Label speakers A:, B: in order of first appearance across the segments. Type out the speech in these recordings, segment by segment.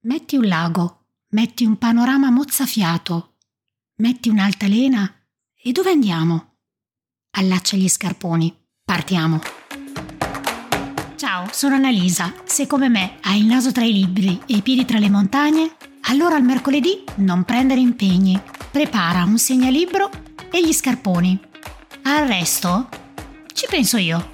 A: Metti un lago, metti un panorama mozzafiato, metti un'altalena e dove andiamo? Allaccia gli scarponi, partiamo. Ciao, sono Annalisa. Se come me hai il naso tra i libri e i piedi tra le montagne, allora il mercoledì non prendere impegni. Prepara un segnalibro e gli scarponi. Al resto ci penso io.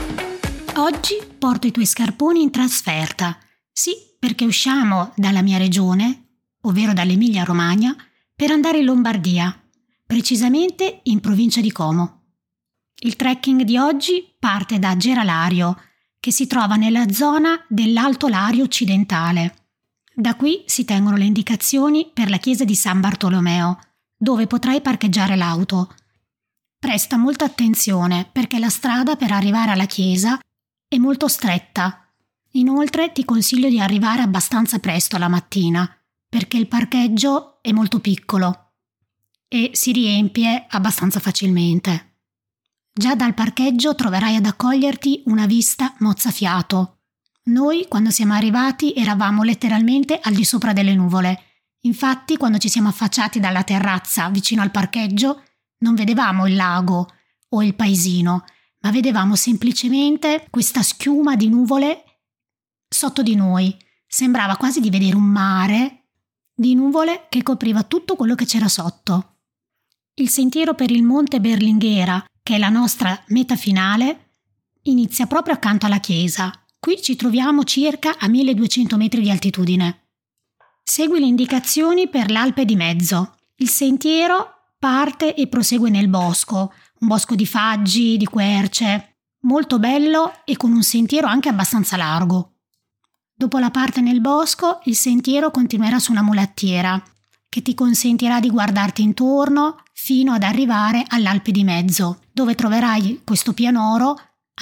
A: Oggi porto i tuoi scarponi in trasferta. Sì, perché usciamo dalla mia regione, ovvero dall'Emilia-Romagna, per andare in Lombardia, precisamente in provincia di Como. Il trekking di oggi parte da Geralario, che si trova nella zona dell'Alto Lario occidentale. Da qui si tengono le indicazioni per la chiesa di San Bartolomeo, dove potrai parcheggiare l'auto. Presta molta attenzione perché la strada per arrivare alla chiesa è molto stretta. Inoltre ti consiglio di arrivare abbastanza presto la mattina, perché il parcheggio è molto piccolo e si riempie abbastanza facilmente. Già dal parcheggio troverai ad accoglierti una vista mozzafiato. Noi, quando siamo arrivati, eravamo letteralmente al di sopra delle nuvole. Infatti, quando ci siamo affacciati dalla terrazza vicino al parcheggio, non vedevamo il lago o il paesino, ma vedevamo semplicemente questa schiuma di nuvole sotto di noi. Sembrava quasi di vedere un mare di nuvole che copriva tutto quello che c'era sotto. Il sentiero per il Monte Berlinghera, che è la nostra meta finale, inizia proprio accanto alla chiesa. Qui ci troviamo circa a 1200 metri di altitudine. Segui le indicazioni per l'Alpe di mezzo. Il sentiero parte e prosegue nel bosco, un bosco di faggi, di querce, molto bello e con un sentiero anche abbastanza largo. Dopo la parte nel bosco, il sentiero continuerà su una mulattiera, che ti consentirà di guardarti intorno fino ad arrivare all'Alpe di mezzo, dove troverai questo pianoro a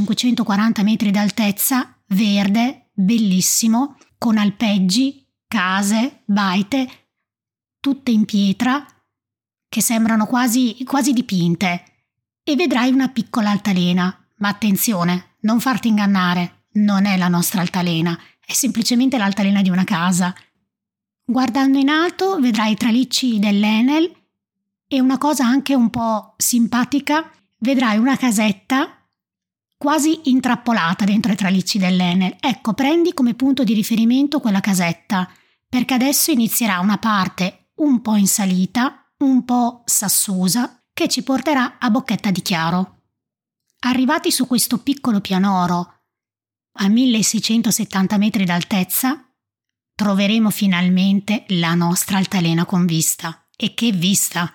A: 1540 metri d'altezza, verde, bellissimo, con alpeggi, case, baite, tutte in pietra, che sembrano quasi dipinte, e vedrai una piccola altalena. Ma attenzione, non farti ingannare, non è la nostra altalena, è semplicemente l'altalena di una casa. Guardando in alto vedrai i tralicci dell'Enel e una cosa anche un po' simpatica, vedrai una casetta quasi intrappolata dentro i tralicci dell'Enel. Ecco, prendi come punto di riferimento quella casetta, perché adesso inizierà una parte un po' in salita, un po' sassosa, che ci porterà a Bocchetta di Chiaro. Arrivati su questo piccolo pianoro a 1670 metri d'altezza, troveremo finalmente la nostra altalena con vista. E che vista!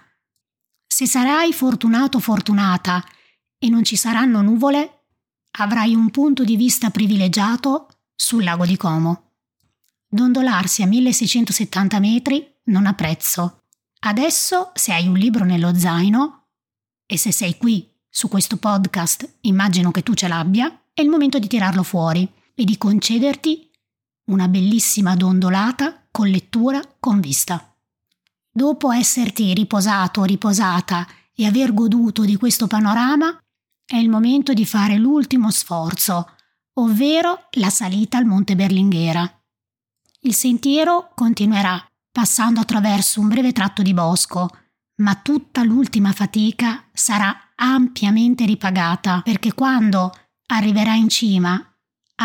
A: Se sarai fortunato o fortunata e non ci saranno nuvole, avrai un punto di vista privilegiato sul lago di Como. Dondolarsi a 1670 metri non ha prezzo. Adesso, se hai un libro nello zaino, e se sei qui su questo podcast, immagino che tu ce l'abbia, è il momento di tirarlo fuori e di concederti una bellissima dondolata con lettura con vista. Dopo esserti riposato o riposata e aver goduto di questo panorama, è il momento di fare l'ultimo sforzo, ovvero la salita al Monte Berlinghera. Il sentiero continuerà passando attraverso un breve tratto di bosco, ma tutta l'ultima fatica sarà ampiamente ripagata, perché quando arriverai in cima a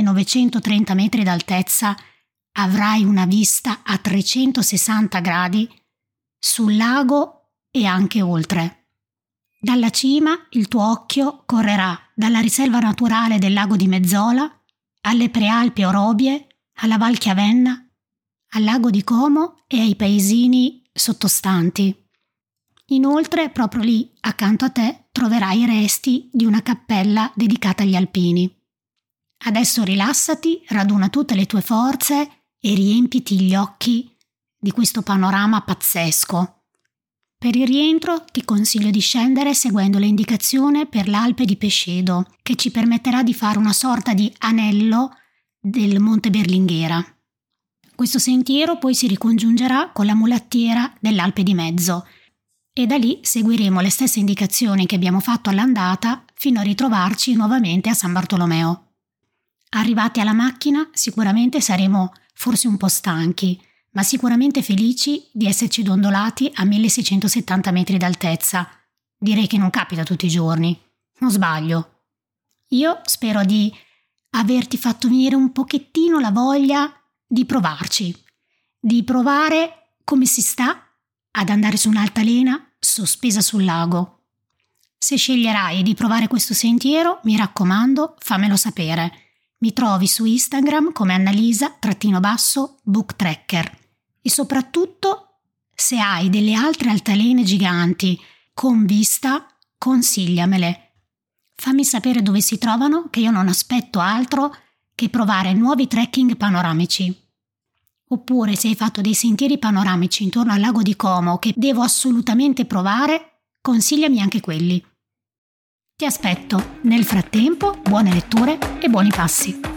A: 1930 metri d'altezza avrai una vista a 360 gradi sul lago e anche oltre. Dalla cima il tuo occhio correrà dalla riserva naturale del lago di Mezzola alle prealpi Orobie, alla Val Chiavenna, al lago di Como e ai paesini sottostanti. Inoltre, proprio lì, accanto a te, troverai i resti di una cappella dedicata agli alpini. Adesso rilassati, raduna tutte le tue forze e riempiti gli occhi di questo panorama pazzesco. Per il rientro ti consiglio di scendere seguendo le indicazioni per l'Alpe di Pescedo, che ci permetterà di fare una sorta di anello del Monte Berlinghera. Questo sentiero poi si ricongiungerà con la mulattiera dell'Alpe di Mezzo e da lì seguiremo le stesse indicazioni che abbiamo fatto all'andata fino a ritrovarci nuovamente a San Bartolomeo. Arrivati alla macchina sicuramente saremo forse un po' stanchi, ma sicuramente felici di esserci dondolati a 1670 metri d'altezza. Direi che non capita tutti i giorni, non sbaglio. Io spero di averti fatto venire un pochettino la voglia di provarci, di provare come si sta ad andare su un'altalena sospesa sul lago. Se sceglierai di provare questo sentiero, mi raccomando, fammelo sapere. Mi trovi su Instagram come Annalisa_booktracker. E soprattutto, se hai delle altre altalene giganti con vista, consigliamele. Fammi sapere dove si trovano, che io non aspetto altro che provare nuovi trekking panoramici. Oppure se hai fatto dei sentieri panoramici intorno al lago di Como che devo assolutamente provare, consigliami anche quelli. Ti aspetto. Nel frattempo, buone letture e buoni passi.